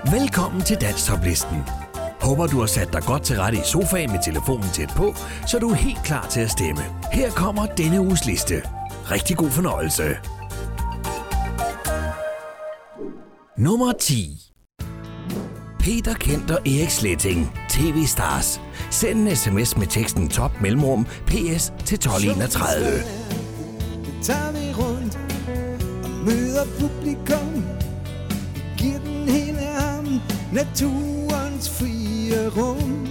Velkommen til Dansktoplisten. Håber du har sat dig godt til rette i sofaen med telefonen tæt på, så du er helt klar til at stemme. Her kommer denne uges liste. Rigtig god fornøjelse. Nummer 10. Peter Kent og Erik Sletting, TV Stars. Send en sms med teksten top mellemrum PS til 1231. Det tager vi rundt og møder publikum. Vi giver den hele ham naturens frie rum.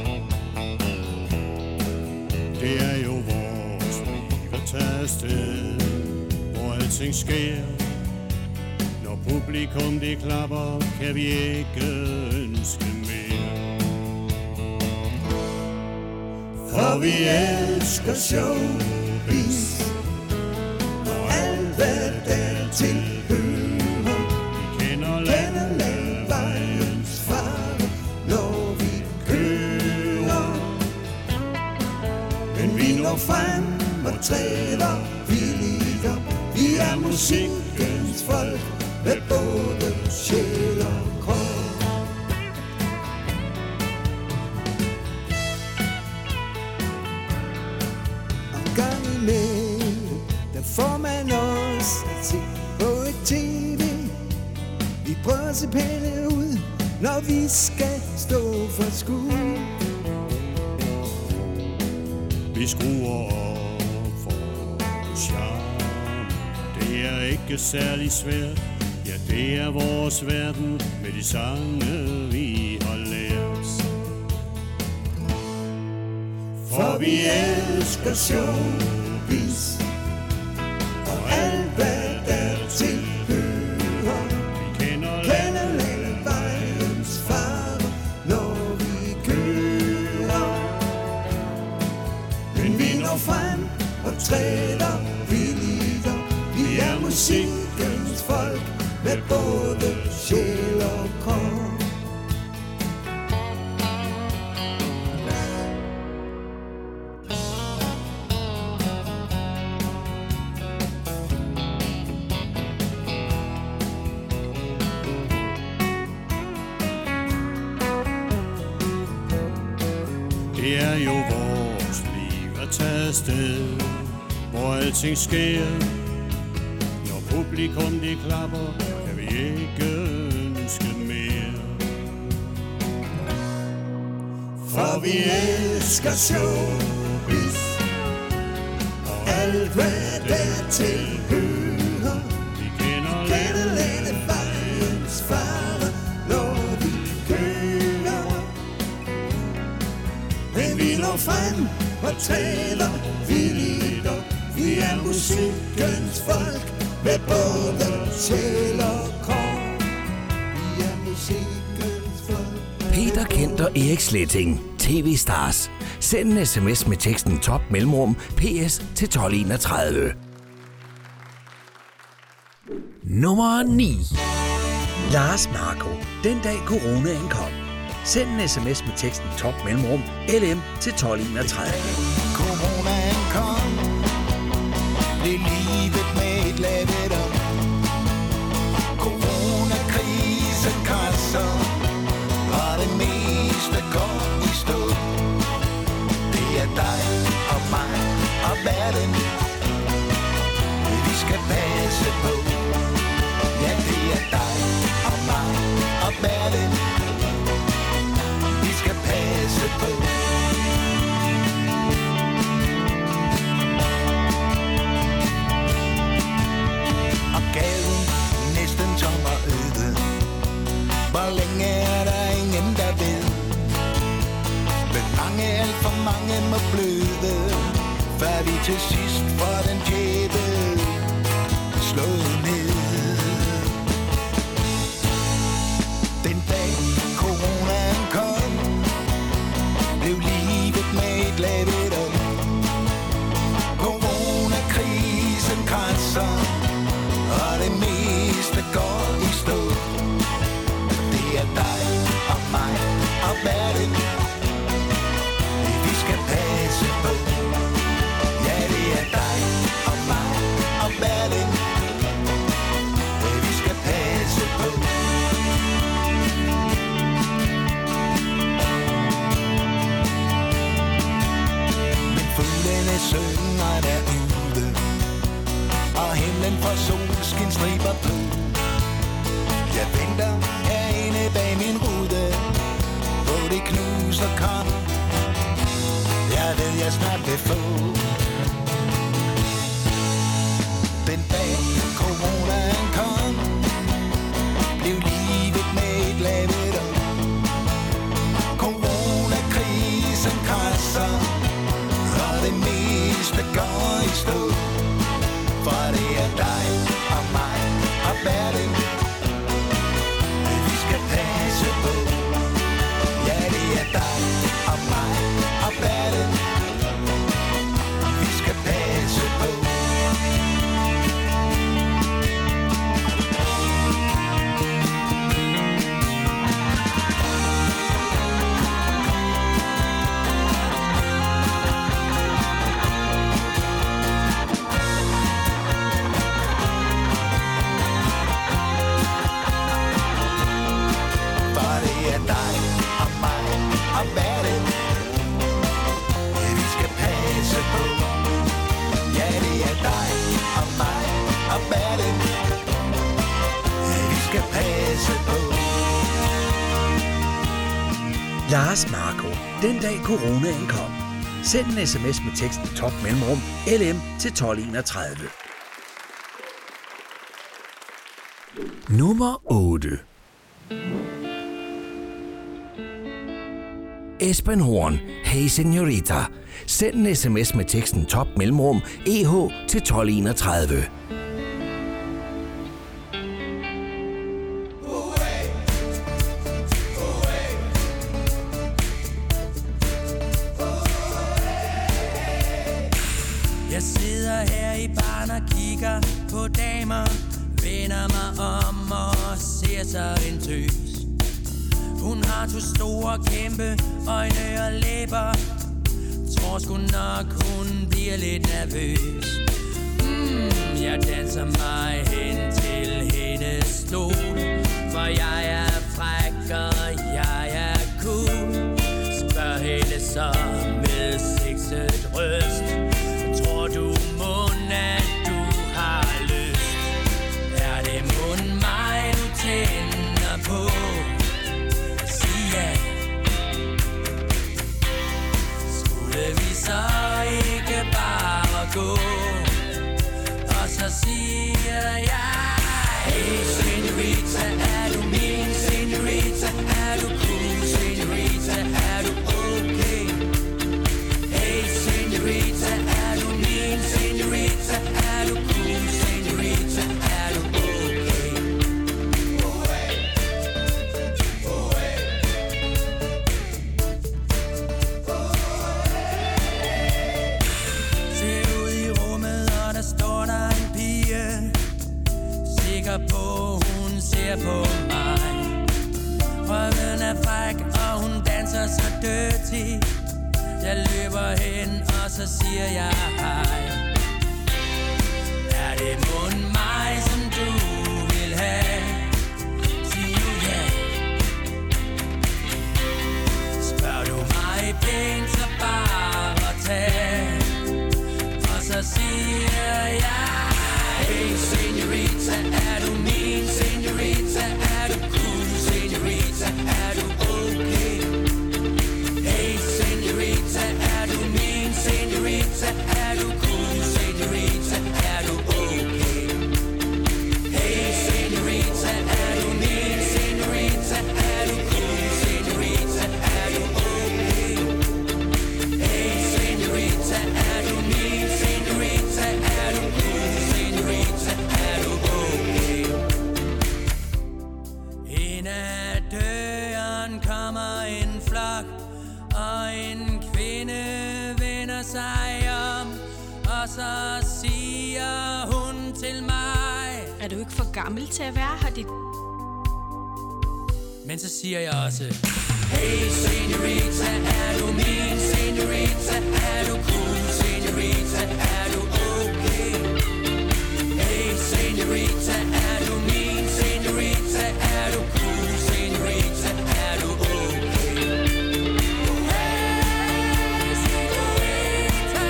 Det er jo vores liv at tage afsted, hvor alting sker. Når publikum det klapper, kan vi ikke ønske mere. For vi elsker showbiz og alt hvad dertil hører. Vi kender landevejens farve, når vi kører. Men vi når frem og træder villigt op. Vi er musikkens folk med både sjæl og krop. Der får man også at se på et tv. Vi prøver at se pæne ud, når vi skal stå for skud. Vi skruer op for charme. Det er ikke særlig svært. Ja, det er vores verden med de sange, vi har lært. For vi elsker showbiz og alt hvad dertil hører. Vi kender landevejens farve, når vi kører. Men vi når frem og træder villigt op. Vi er musikkens folk med både sjæl og krop. Det er jo vores liv at tage afsted, hvor alting sker. Når publikum det klapper, kan vi ikke ønske mere. For vi elsker showbiz og alt hvad dertil hører. Vi kender landevejens farve, når vi kører. Men vi når frem og træder villigt op. Vi er musikkens folk med både sjæl og krop. Vi er musikkens folk. Peter Kent og Erik Sletting, TV Stars. Send en sms med teksten top mellemrum PS til 1231. Nummer 9. Lars Marco, den dag coronaen kom. Send en sms med teksten top mellemrum LM til 1231. Coronaen kom, blev livet med et lavet om. Coronakrisen krasser, og det meste går i stå. Det er dig og mig og verden, vi skal passe på. Ja, det er dig og mig og verden, vi skal passe på. Og gaden næsten tom og øde. Hvor længe er der ingen, der ved? Men mange, alt for mange må bløde, før vi til sidst får den djævel slået ned. Den dag coronaen kom, blev livet med et lavet om. Coronakrisen krasser, og det meste går i stå. Det er dig og mig og verden, vi skal passe på. Ja, det er dig og mig og verden, vi skal passe på. vil få. Den dag coronaen kom, blev livet med et lavet om. Coronakrisen krasser, og det meste går i stå. For det er dig og mig og verden, vi skal passe på. Ja, det er dig og mig og verden, vi skal passe på. Lars Marco. Den dag coronaen kom. Send en sms med teksten top mellemrum LM til 1231. Nummer 8. Esben Horn. Hey Senorita. Send en sms med teksten top mellemrum EH til 1231. Jeg sidder her i baren og kigger på damer, vender mig om og ser så en tøs. Hun har to store kæmpe øjne og læber. Tror sgu nok hun bliver lidt nervøs. Jeg danser mig hen til hendes stol, for jeg er fræk og jeg er cool. Spørg hende så med sexet røst. Tror du mund, at du har lyst? Er det mund mig, du tænder på? Sig ja. Skulle vi så ikke bare gå? Og så siger jeg, hey senorita, er du min senorita? Er du cool, senorita? Er du okay? Hey senorita, er du min senorita? Er du cool, senorita? Er du okay? Se ud i rummet, og der står der en pige. Sikker på, hun ser på mig. Røven er fræk, og hun danser så dirty. Jeg løber hen, og så siger jeg hej. Er det mund mig, som du vil have? Sig nu ja. Spørg du mig pænt, så bare tag. Og så siger jeg, hey senorita, er du min senorita? Er du cool, senorita? Er du okay? Hey senorita, er du min senorita? Er du cool, senorita? Er du okay? Hey senorita, er du min senorita? Er du cool, senorita? Er du okay? Hey senorita, er du min senorita? Er du cool, senorita? Er du okay? Ind ad døren kommer en flok, og en kvinde vender sig om, og så siger hun til mig, er du ikke for gammel til at være her, dit... Men så siger jeg også, hey senorita, er du min senorita? Er du cool, senorita? Er du okay? Hey senorita, er du min senorita? Er du cool, senorita? Er du okay? Hey senorita,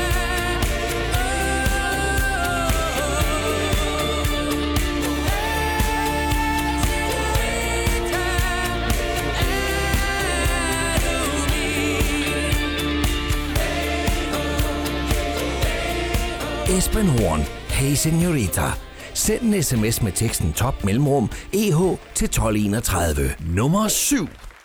Esben Horn, Hey Senorita. Send en sms med teksten top mellemrum EH til 1231. Nummer 7.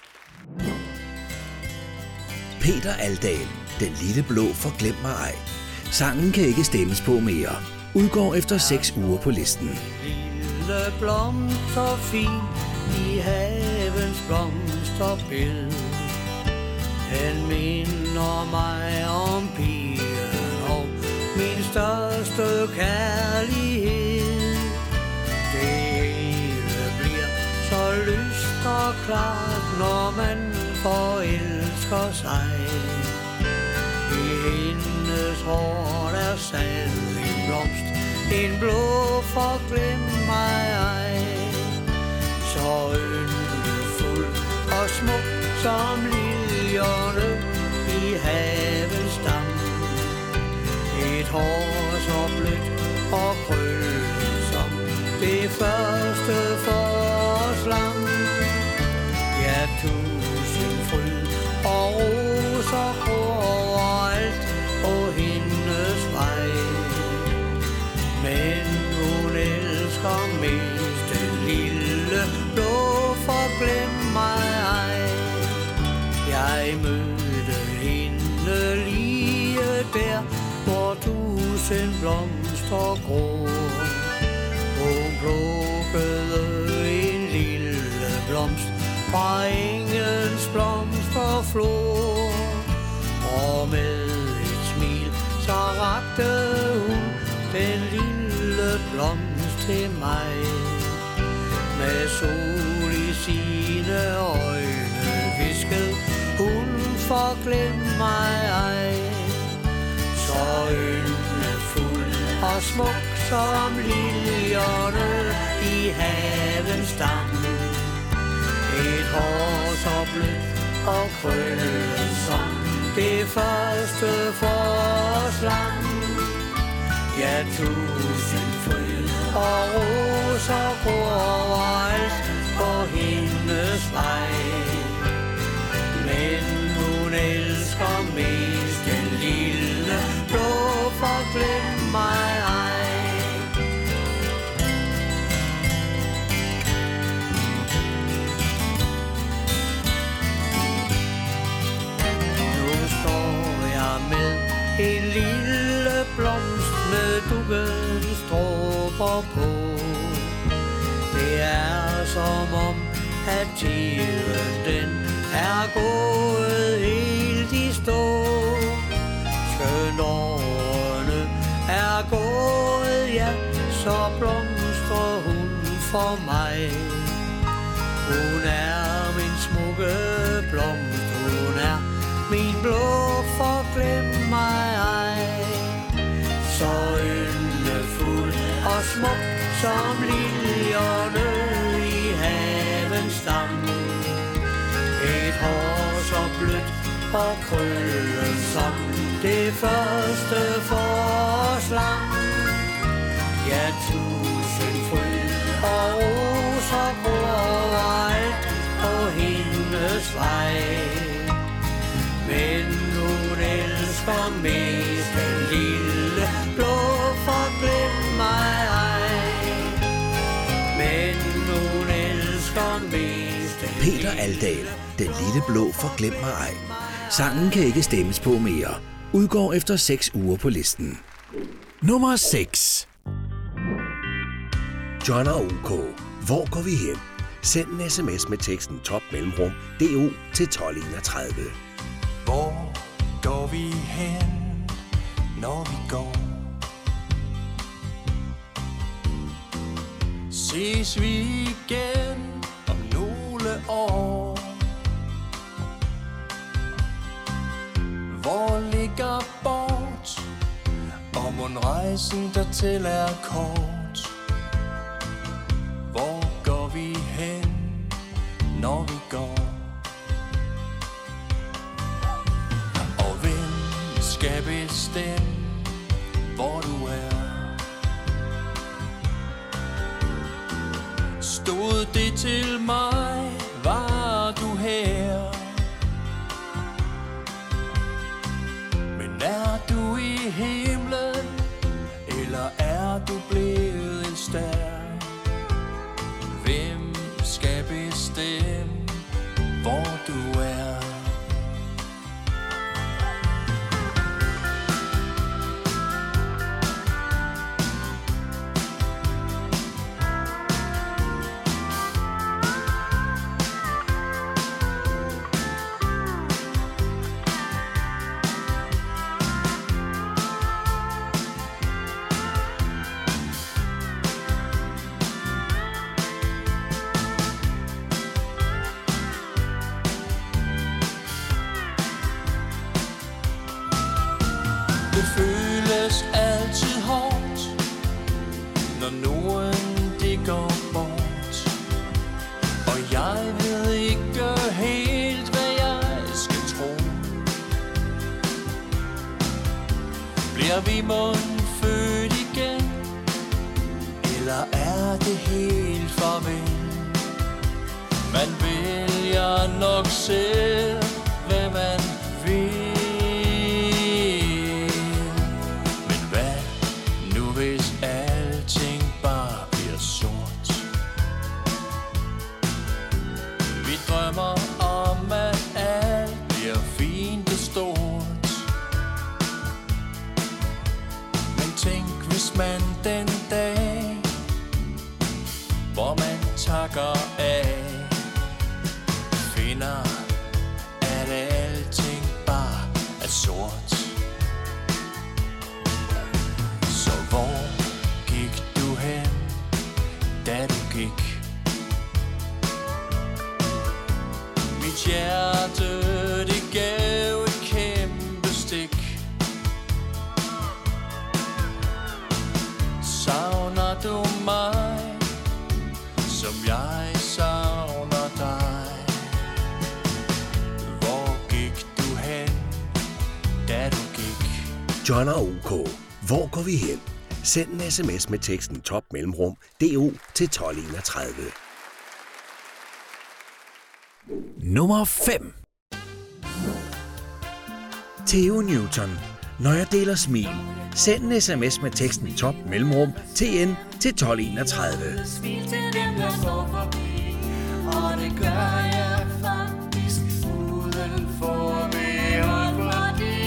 Peter Aldahl, Den lille blå forglem mig ej. Sangen kan ikke stemmes på mere. Udgår efter 6 uger på listen. Lille blomster fin i havens blomsterbed. Den minder mig om pigen og min største kærlighed. Det hele bliver så lyst og klart, når man forelsker sig. I hendes hår der sad en blomst, en blå forglem mig ej. Så yndefuld og smuk som liljerne i havens dam. Et hår så blødt og krøllet som det første forårslam. Ja, tusind fryd og roser overalt på hendes vej. Men hun elsker mest den lille blå forglem mig ej. Jeg mødte hende lige der, hvor tusind blomster gror. Hun plukkede en lille blomst fra engens blomsterflor, og med et smil så rakte hun den lille blomst til mig. Med sol i sine øjne viskede hun forglem mig ej. Så yndefuld og smuk som liljerne i havens dam. Et hår så blødt og krøllet som det første forårslam. Ja, tusind fryd og roser gror overalt på hendes vej. Men hun elsker mest den lille blå forglem mig ej. Nu står jeg med en lille blomst med dukkens dråber på. Det er som om at tiden den er gået helt i stå. Skønt årene er gået, ja, så blomstrer hun for mig. Hun er min smukke blomst, hun er min blå forglem mig ej. Så yndefuld og smuk som liljerne i havens dam. Et hår så blødt og krøllet som det første forårslam. Ja, tusind fryd og roser gror overalt på hendes vej. Men hun elsker mest den lille blå forglem mig ej. Men hun elsker mest den Peter Aldahl, Den lille blå forglem mig ej. Sangen kan ikke stemmes på mere. Udgår efter 6 uger på listen. Nummer 6. John og OK. Hvor går vi hen? Send en sms med teksten top mellemrum DO til 1231. Hvor går vi hen, når vi går? Ses vi igen om nogle år? Hvor ligger bort, og mon rejsen dertil er kort? Hvor går vi hen, når vi går? Og hvem skal bestemme, hvor du er? Stod det til mig, var du her? Men er du i himlen bestemme, hvor du er. Det føles altid hårdt, når nogen de går bort. Og jeg ved ikke helt, hvad jeg skal tro. Bliver vi mon født igen, eller er det helt farvel? Man vælger nok selv, hvad man vil. Hvis alting bare bliver sort. Vi drømmer om, at alt bliver fint og stort. Men tænk, hvis man den dag, hvor man takker af, finder, at alting bare er sort. Hvor gik du hen, da du gik? Mit hjerte, det gav et kæmpe stik. Savner du mig, som jeg savner dig? Hvor gik du hen, da du gik? John og OK. Hvor går vi hen? Send en sms med teksten top mellemrum DO til 1231. Nummer 5. Theo Newton. Når jeg deler smil. Send en sms med teksten top mellemrum TN til 1231. Smil til dem, der går forbi, og det gør jeg faktisk uden for medhold, fordi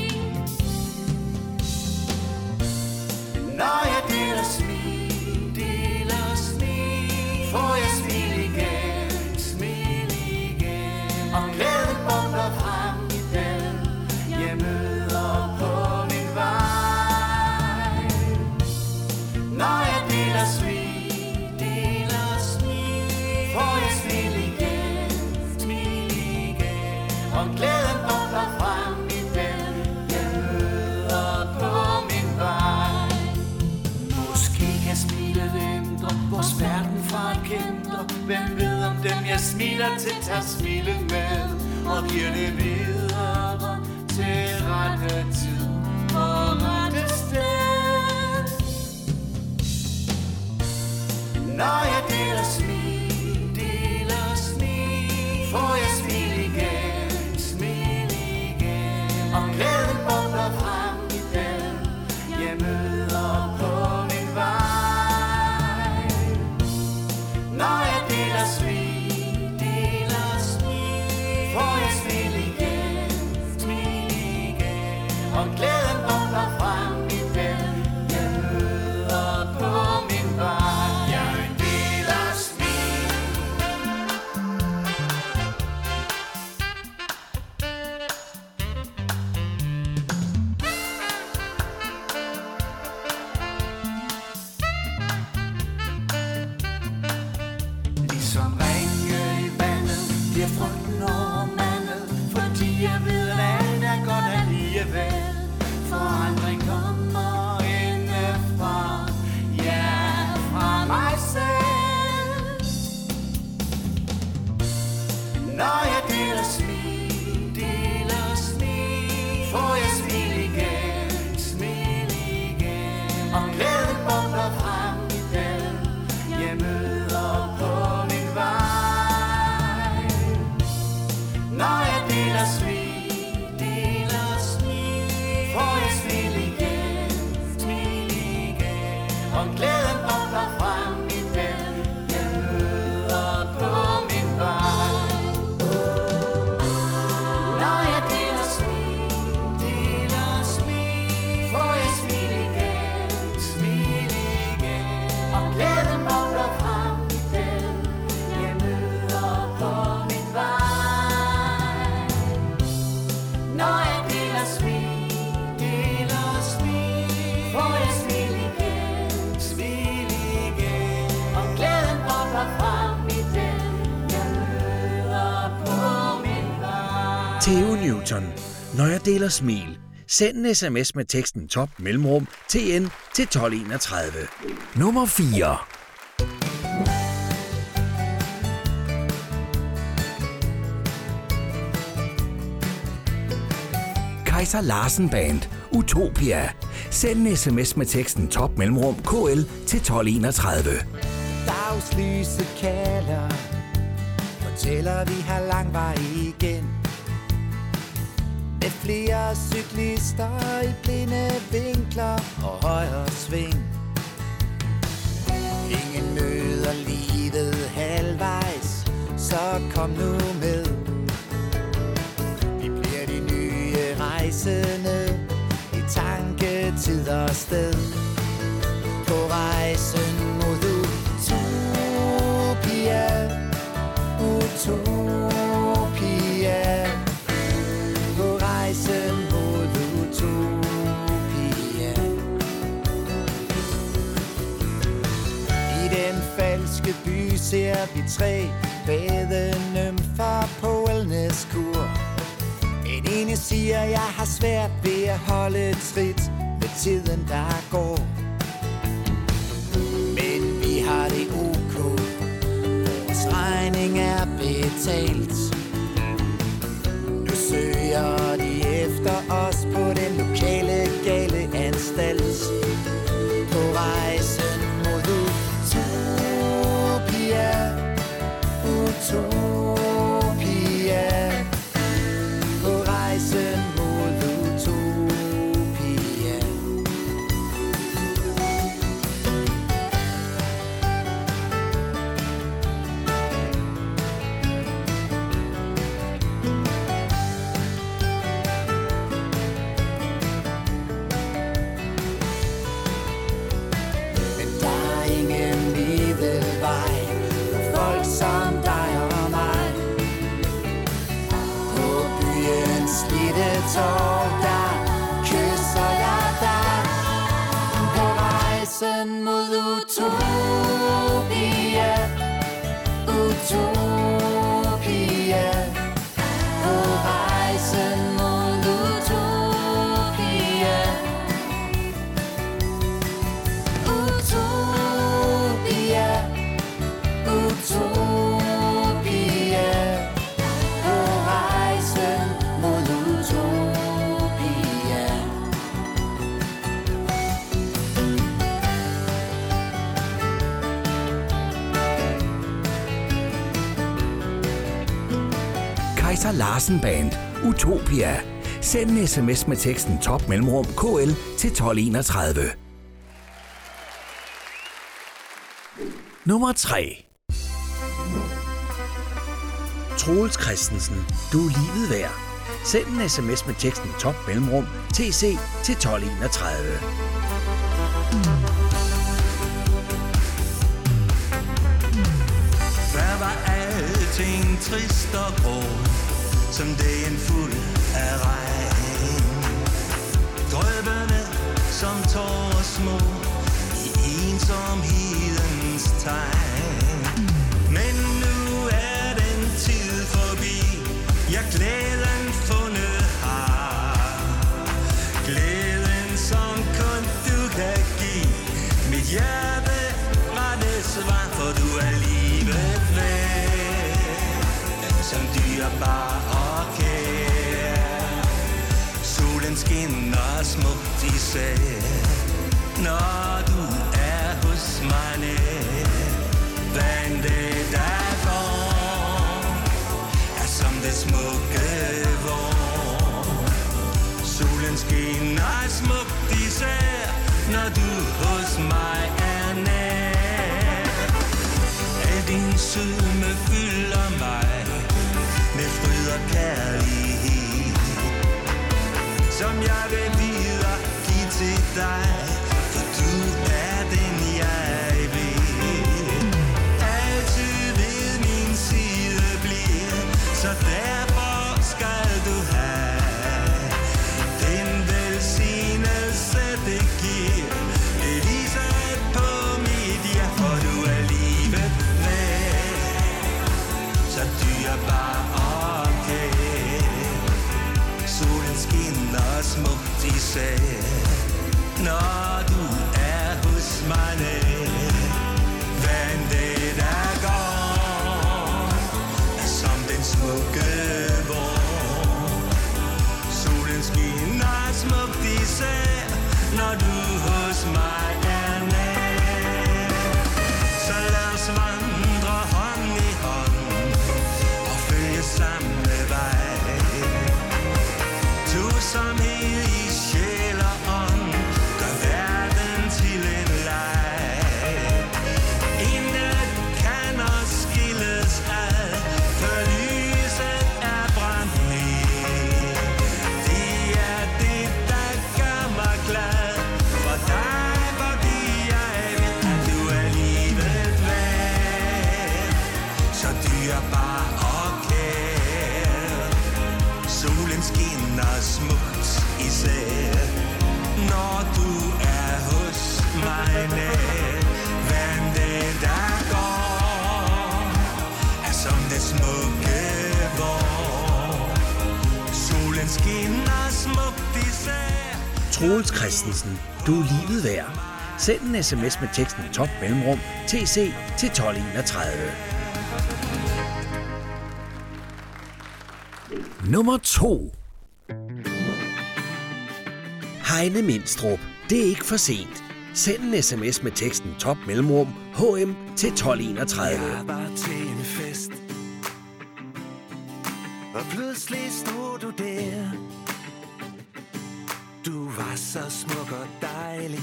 når jeg deler smil, får jeg smil igen, og glæden bobler frem i den, jeg møder på min vej. Når jeg deler smil, får jeg smil igen, og glæden bobler frem i den, jeg møder på min vej. Smilet ændrer vores verden fra at kendre. Hvem ved om dem jeg smiler til tager smilet med og giver det videre til rette tid og rette sted. Når jeg deler smil, får jeg smil igen, og glæden bobler frem i den, jeg møder på min vej. Når jeg deler smil, får jeg smil igen, og glæden bobler frem i den, jeg møder på min vej. Jeg deler smil. Som ringe i vandet, bliver frygten overmandet, fordi jeg ved, at alt er godt alligevel. Forandring kommer indefra, ja, fra mig selv. Når jeg deler smil, får jeg smil igen, og glæden bobler frem i den, jeg møder på min vej. Når jeg deler smil, får jeg smil igen, og glæden bobler frem i den, jeg møder på min vej. Theo Newton. Når jeg deler smil. Send en sms med teksten top mellemrum TN til 1231. Nummer 4. Kaiser Larsen Band. Utopia. Send en sms med teksten top mellemrum KL til 1231. Dagslyset kalder, fortæller vi har lang vej igen. Med flere cyklister i blinde vinkler og højre sving. Ingen møder livet halvvejs, så kom nu med. Vi bliver de nye rejsende i tanke, tid og sted. På rejsen mod utopia, utopia. På rejsen mod utopia. I den falske by ser vi 3 badenymfer på wellnesskur. En ene siger, jeg har svært ved at holde trit med tiden, der går. Men vi har det ok, vores regning er betalt. Nu søger de efter os på den lokale gale anstalt. På rejsen mod utopia, utopia. På rejsen mod utopia. Men der er ingen middelvej for folk som dig og mig. På byens lille torv, der kysser jeg dig. På rejsen mod utopia, utopia. På rejsen mod utopia, utopia, utopia. På rejsen mod utopia. Kaiser Larsen Band. Utopia. Send en sms med teksten top mellemrum KL til 1231. Nummer 3. Troels Christensen. Du er livet værd. Send en sms med teksten top mellemrum TC til 1231. Før var alting trist og grå, som dagen fuld af regn. Drøbende som tårer små i ensomhedens tegn. Men nu er den tid forbi, jeg glæden fundet har. Glæden som kun du kan give, mit hjerte rette svar, for du er livet værd, som dyrebar og kær. Solen skinner smukt især, når du er hos mig nær. Vandet der går er som det smukke vår. Solen skinner smukt især, når du hos mig er nær. Al din sødme fylder mig med fryd og kærlighed, som jeg vil videre give til dig, for du er den jeg vil. Altid ved min side bliver, så derfor skal du have den velsignelse det giver. Det viser på mit hjerte, for du er livet værd, så dyrebar og kær. smukt især, når du er hos mig nær. Vand det der går, er som den smukke vår. Solen skinner smukt især, når du hos mig er nær. Så lad os vandre hånd i hånd og følge samme vej. Tosomhed i sjæl og ånd gør verden til en leg. Intet kan os skilles ad, for lyset er brændt ned. Det er det, der gør mig glad for dig, fordi jeg ved, at du er livet værd. Så dyrebar og kær, solen skinner smukt især, når du er hos mig nær. Vandet der går, er som det smukke vor. Solen skinner smukt især. Troels Christensen, du er livet værd. Send en sms med teksten top mellemrum TC til 1231. Nummer 2. Heine Mindstrup, det er ikke for sent. Send en sms med teksten top mellemrum HM til 1231. Jeg var til en fest, og pludselig stod du der. Du var så smuk og dejlig,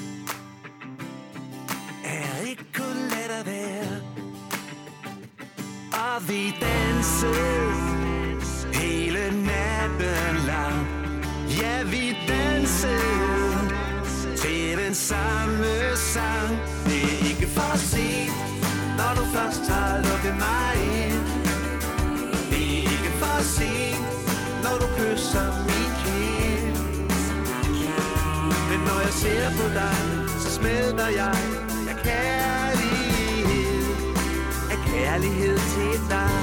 jeg ikke kunne lade dig være. Og vi dansede hele natten lang. Ja, vi dansede til den samme sang. Det er ikke for sent, når du først har lukket mig ind. Det er ikke for sent, når du kysser min kind. Men når jeg ser på dig, så smelter jeg af kærlighed. Af kærlighed til dig.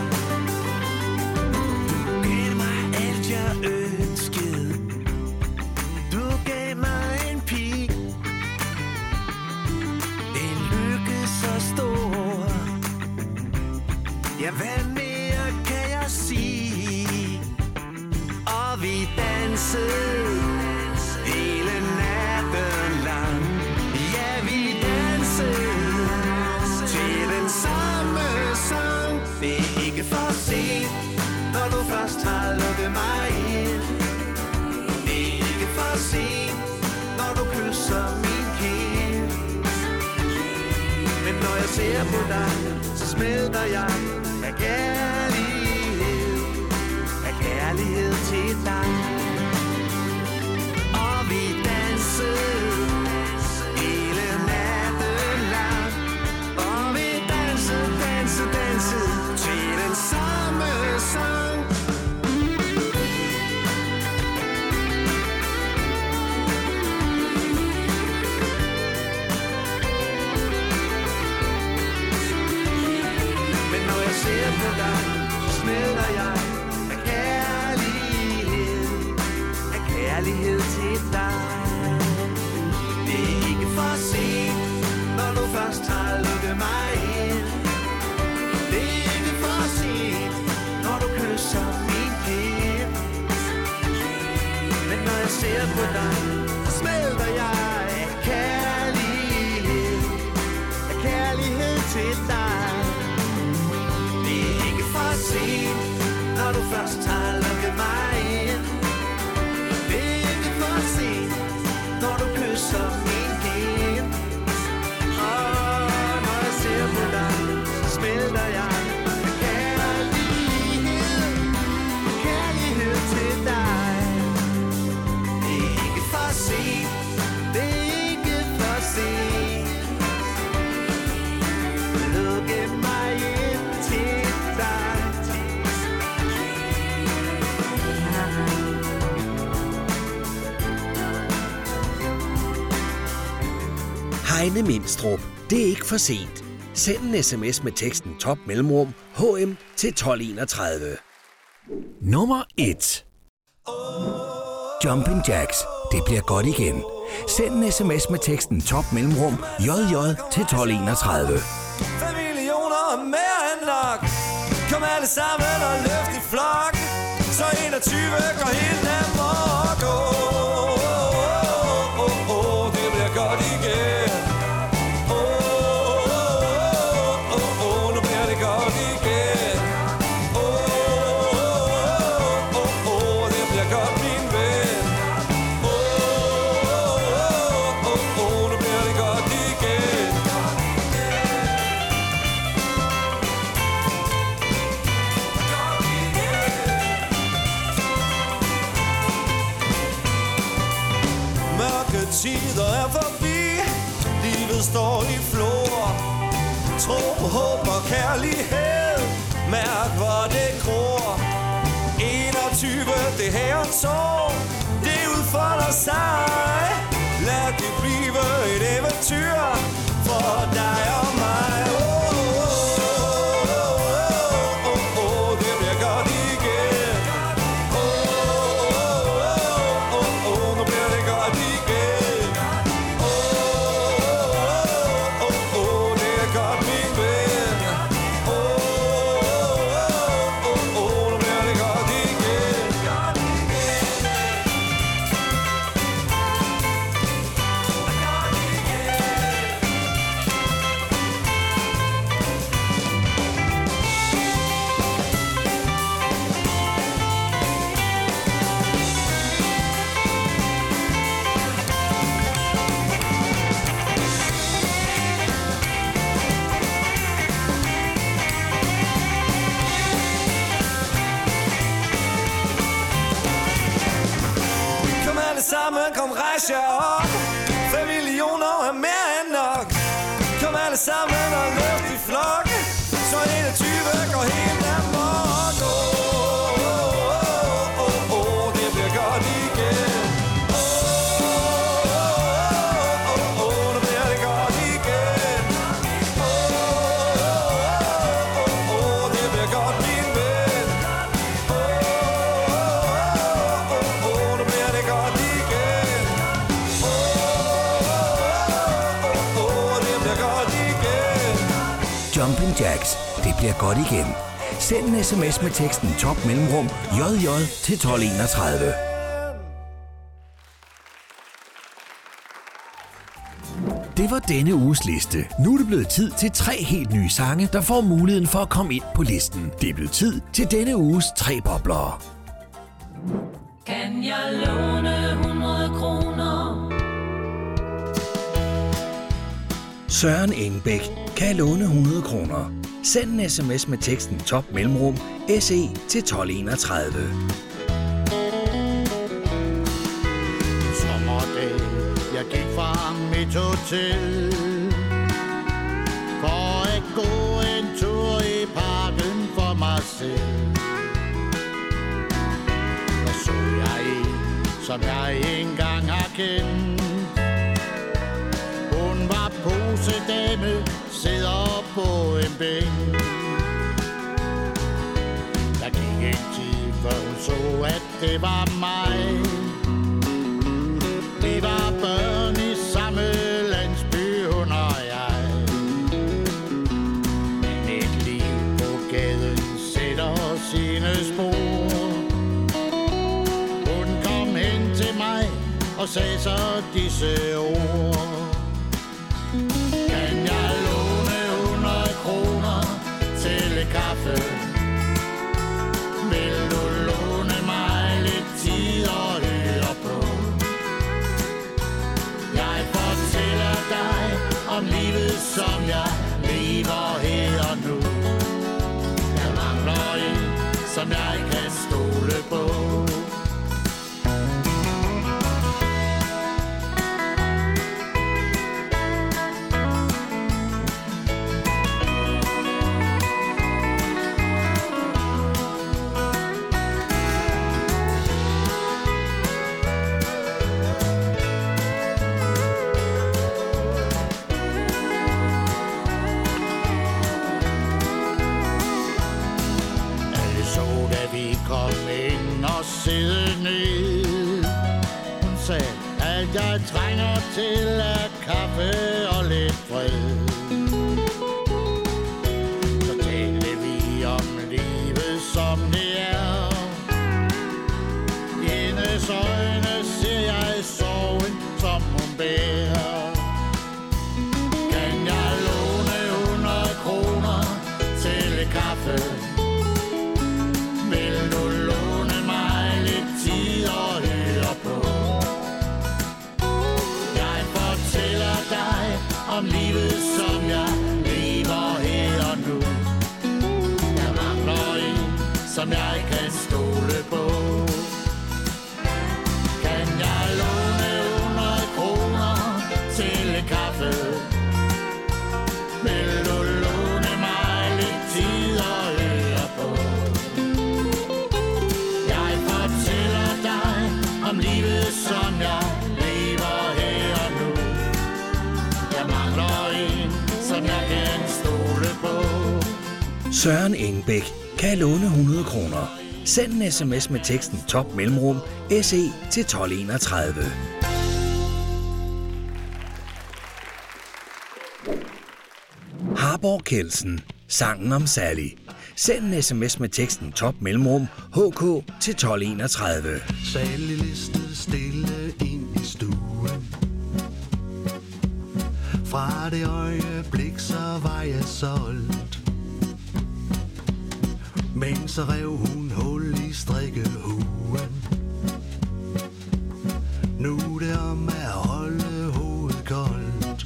Du gav mig alt jeg ønskede. Du gav mig en pig. En lykke så stor. Ja, hvad mere kan jeg sige? Og vi dansede hele natten lang. Ja, vi dansede til den samme sang. Det er ikke for sent, når du først har lukket mig ind. Det er ikke for sent, når du kysser min kind. Men når jeg ser på dig, så smelter jeg af kærlighed. Af kærlighed til dig. Og vi dansede hele natten lang. Og vi dansede, dansede, dansede til den samme sang. Men når jeg ser på dig, så smelter jeg af kærlighed. Af kærlighed til dig. Det er ikke for sent, når du først har lukket mig ind. Det er ikke for sent, når du kysser min kind. Men når jeg ser på dig, så smelter jeg af kærlighed. Af kærlighed til dig. Det er ikke for sent, når du først har lukket mig ind. Det er ikke for sent, når du kysser min kind. Og når jeg ser på dig, så smelter jeg af kærlighed. Kærlighed til dig. Det er ikke for sent. Det er ikke for sent. Lukke mig ind til dig. Heine Mindstrup, det er ikke for sent. Send en sms med teksten top mellemrum HM til 1231. Nummer 1. Jumpin' Jacks. Det bliver godt igen. Send en sms med teksten top mellemrum JJ til 1231. 5 millioner og mere end nok. Kom alle sammen og løft i flok. Så 21 går helt amok. Det bliver godt igen. Nu bliver det godt igen. Det bliver godt, min ven. Nu bliver det godt igen. Mørke tider er forbi. Livet står i flor. Tro, håb og kærlighed. Mærk, hvor det gror. 21, det herrens år. Det udfolder sig. Lad det blive et eventyr for dig og mig. Det bliver godt igen. Nu bliver det godt igen. Det er godt, min ven. Nu bliver det godt igen. Kom alle sammen, kom rejs jer op. 5 millioner er mere end nok. Kom alle sammen og løft i flok. Så 21 går helt amok. Det bliver godt igen. Nu bliver det godt igen. Det bliver godt, min ven. Nu bliver det godt igen. Det bliver godt igen. Jumpin' Jacks. Det bliver godt igen. Send en sms med teksten top mellemrum JJ til 1231. Det var denne uges liste. Nu er det blevet tid til 3 helt nye sange, der får muligheden for at komme ind på listen. Det er blevet tid til denne uges 3 boblere. Kan jeg låne 100 kroner? Søren Engbæk kan låne 100 kroner. Send en sms med teksten top mellemrum SE til 1231. Sommerdag, jeg gik fra mit hotel for at gå en tur i parken for mig selv. Og så jeg en, som jeg engang har kendt. Hun var posedame, sidder på en bænk. Der gik en tid, før hun så, at det var mig. Vi var børn i samme landsby, hun og jeg. Men et liv på gaden sætter sine spor. Hun kom hen til mig og sagde så disse ord. Kan jeg låne 100 kroner til et kaffe? Vil du låne mig lidt tid og høre på? Jeg fortæller dig om livet, som jeg lever her og nu. Jeg mangler en, som jeg kan stole på. Alt jeg trænger til er kaffe og lidt fred. Så taler vi om livet som det er. I hendes øjne ser jeg sorgen som hun bærer. Kan jeg låne 100 kroner til et kaffe? Vil du låne mig lidt tid og høre på? Jeg fortæller dig om livet som jeg lever her og nu. Jeg mangler en, som jeg kan stole på. Kan jeg låne 100 kroner til et kaffe? Vil du låne mig lidt tid og høre på? Jeg fortæller dig om livet som jeg lever her og nu. Jeg mangler en, som jeg kan stole på. Søren Engbæk kan låne 100 kroner. Send en sms med teksten top mellemrum SE til 1231. Harborg Kelsen, sangen om Sally. Send en sms med teksten top mellemrum HK til 1231. Sally listede stille ind i stuen. Fra det øjeblik så var jeg solgt. Men så rev hun hul i strikkehuen. Nu er det om at holde hovedet koldt.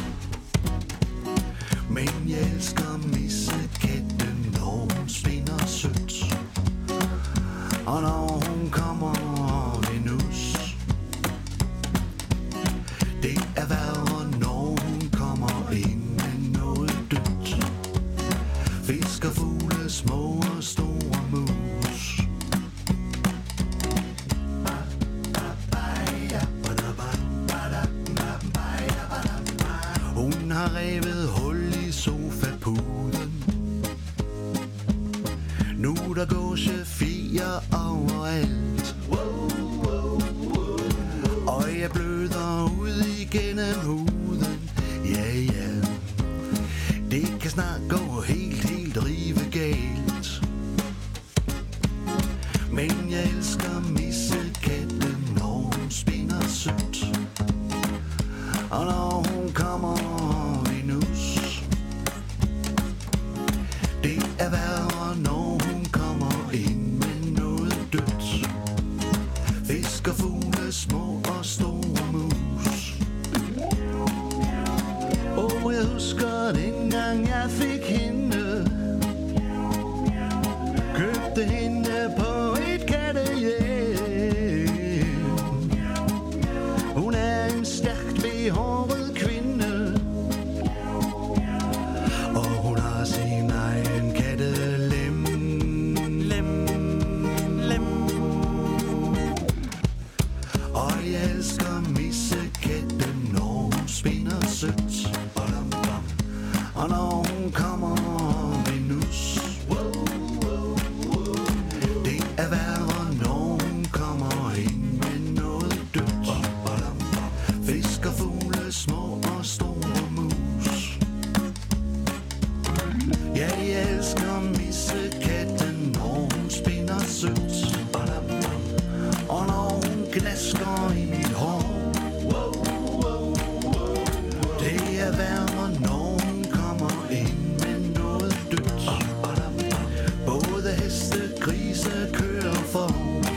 Men jeg elsker missekætten, når hun spinder sødt. Og når hun kommer ved nus. Det er værre, når hun kommer ind med noget dødt. Fisker, fugle, små og store mus. Hun har revet hul i sofapuden. Nu der går chauffier overalt. Og jeg bløder ud igennem huden. Ja, ja. Det kan snart gå helt rive galt. Men jeg elsker missekatten, når hun spinder sødt. Og når hun kommer i nus. Det er værre, når hun kommer ind med noget dødt. Fisker, fugle, små og store mus. Og jeg husker dengang jeg fik hende. Købte hende på et kattehjem. Hun er en stærkt behåret kvinde. Og hun har sin egen kattelem. Og jeg elsker missekatten, når hun spinder sødt. Og når hun kommer ved nus. Det er værre, når hun kommer ind med noget dødt. Fisker, fugle, små og store mus. Ja, jeg elsker missekatten, når hun spinder sødt. Og når hun gnasker i mit hår. Det er værre, når hun kommer ind med noget dødt. Både heste, grise, køer for.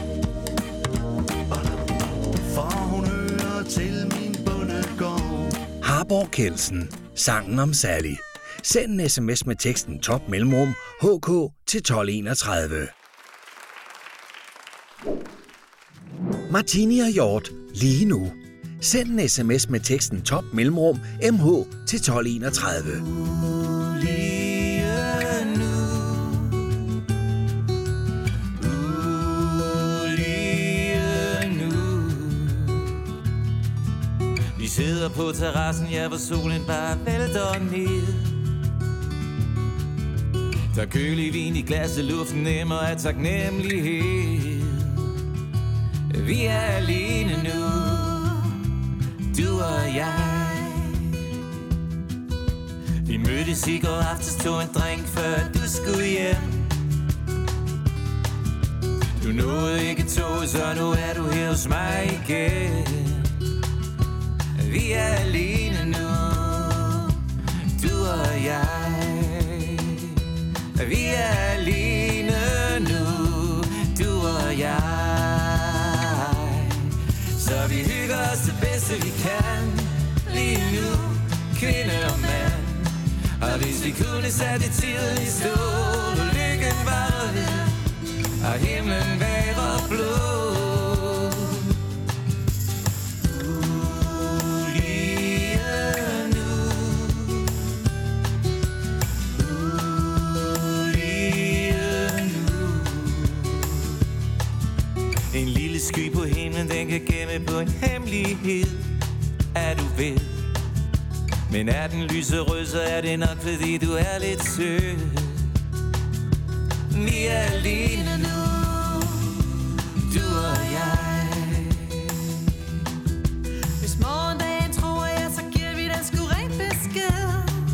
For hun hører til min bondegård. Harborg Kelsen, sangen om Sally. Send en sms med teksten top mellemrum HK til 1231. Martini og Hjort lige nu. Send en sms med teksten top mellemrum MH til 1231. Vi sidder på terrassen, ja, hvor solen bare vælter ned. Der kølig vin i glasset, luften nemmer af taknemmelighed. Vi er alene nu. du og jeg. Vi mødtes i går aftes, tog en drink, før du skulle hjem. Du nåede ikke tog, så nu er du her hos mig igen. Vi er alene nu, du og jeg. Vi er alene nu, du og jeg. Så vi hygger os det bedste vi kan lige nu, kvinde og mand. Og hvis vi kunne sætte tiden i stål, og lykken var ved, og himlen være blå. En lille sky på himlen, den kan gemme på en hemmelighed, er du ved. Men er den lyserød, så er det nok fordi du er lidt sød. Vi er alene nu, du og jeg. Hvis morgendagen tror jeg, så giver vi den sgu rent besked.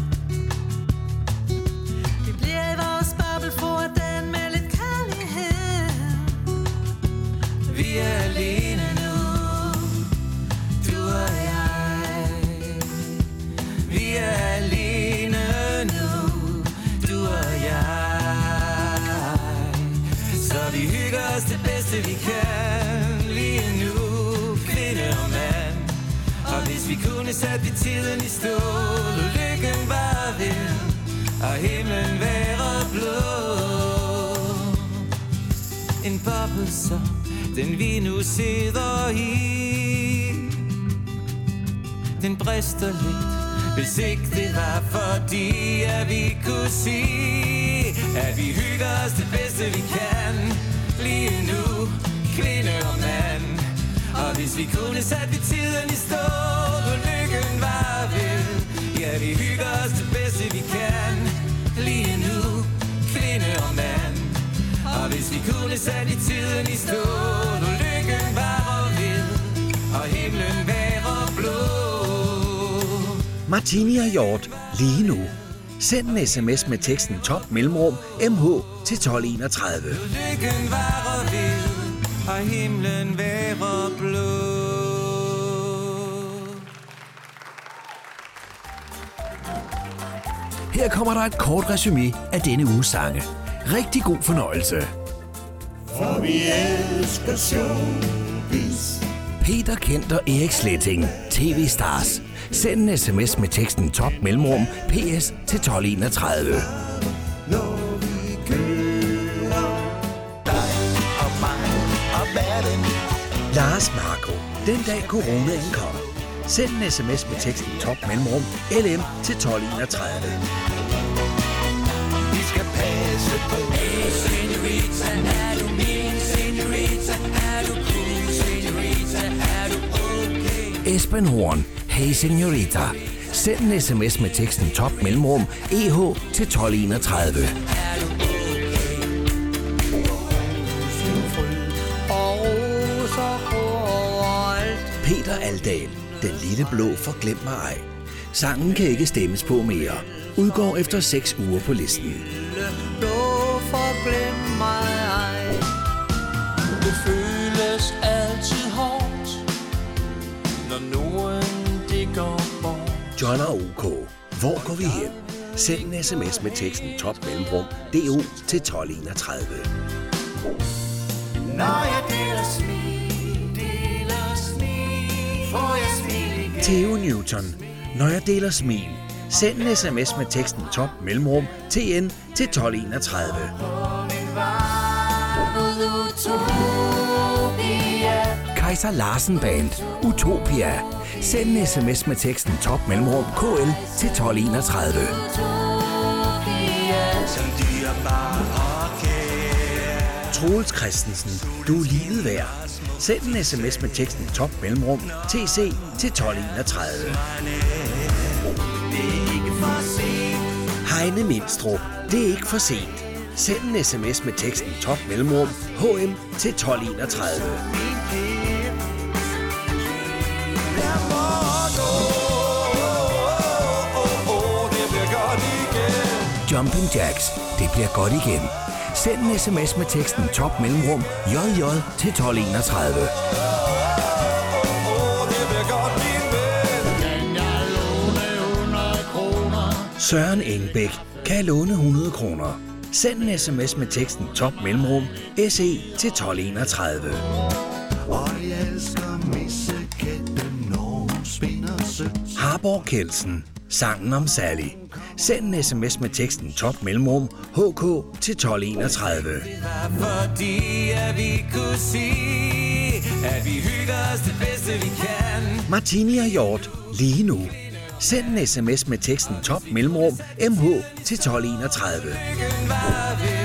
Vi bliver i vores boble for den med lidt kærlighed. Vi er alene nu, du og jeg. Vi er alene nu, du og jeg. Så vi hygger os det bedste vi kan lige nu, kvinde og mand. Og hvis vi kunne sætte vi tiden i stål, og lykken var ved, og himlen være blå. En boble som den vi nu sidder i, den brister lidt, hvis ikke det var fordi, at vi kunne sige, at vi hygger os det bedste vi kan lige nu, kvinde og mand. Og hvis vi kunne sætte vi tiden i stål, og lykken var ved, ja, vi hygger os det bedste vi kan lige nu, kvinde og mand. Og hvis vi kunne sætte tiden i stål, og lykken var ved, og himlen være blå. Martini og Hjort lige nu. Send en sms med teksten top mellemrum MH til 1231. Lykken var ved, og himlen være blå. Her kommer der et kort resumé af denne uges sange. Rigtig god fornøjelse. For vi elsker showbiz. Peter Kent og Erik Sletting, TV Stars. Send en sms med teksten top mellemrum PS til 1231. Når vi kører dig og mig og verden. Lars Marco, den dag coronaen kommer. Send en sms med teksten top mellemrum LM til 1231. Vi skal passe på. Hey, senorita, er du min senorita? Er du cool, senorita? Er du okay? Esben Horn, hey senorita. Send en sms med teksten top mellemrum EH til 1231. Er du okay? Og roser overalt. Peter Aldal, den lille blå forglem mig ej. Sangen kan ikke stemmes på mere. Udgår efter 6 uger på listen. Blå forglem mig ej. Det føles altid hårdt, når nogen det går bort. John og OK. Hvor går vi hen? Send en sms med teksten top mellemrum DO til 1231. Når jeg deler smil, får jeg smil igen. Theo Newton. Når jeg deler smil. Send en sms med teksten top mellemrum TN til 1231. Kaiser Larsen Band. Utopia. Send en sms med teksten top mellemrum KL til 1231. Troels Christensen. Du er livet værd. Send en sms med teksten top mellemrum TC til 1231. Heine Mindstrup. Det er ikke for sent. Send en sms med teksten top mellemrum HM til 1231. Jumping Jacks. Det bliver godt igen. Send en sms med teksten top mellemrum JJ til 1231. Søren Engbæk kan låne 100 kroner. Send en sms med teksten top mellemrum SE til 1231. Og jeg elsker missekætten, når hun spinder sødt. Harborg Kelsen. Sangen om Sally. Send en sms med teksten top mellemrum HK til 1231. Det var fordi, at vi kunne sige, at vi hygger os det bedste vi kan. Martini og Hjort. Lige nu. Send en sms med teksten top mellemrum MH til 1231. Lykken var ved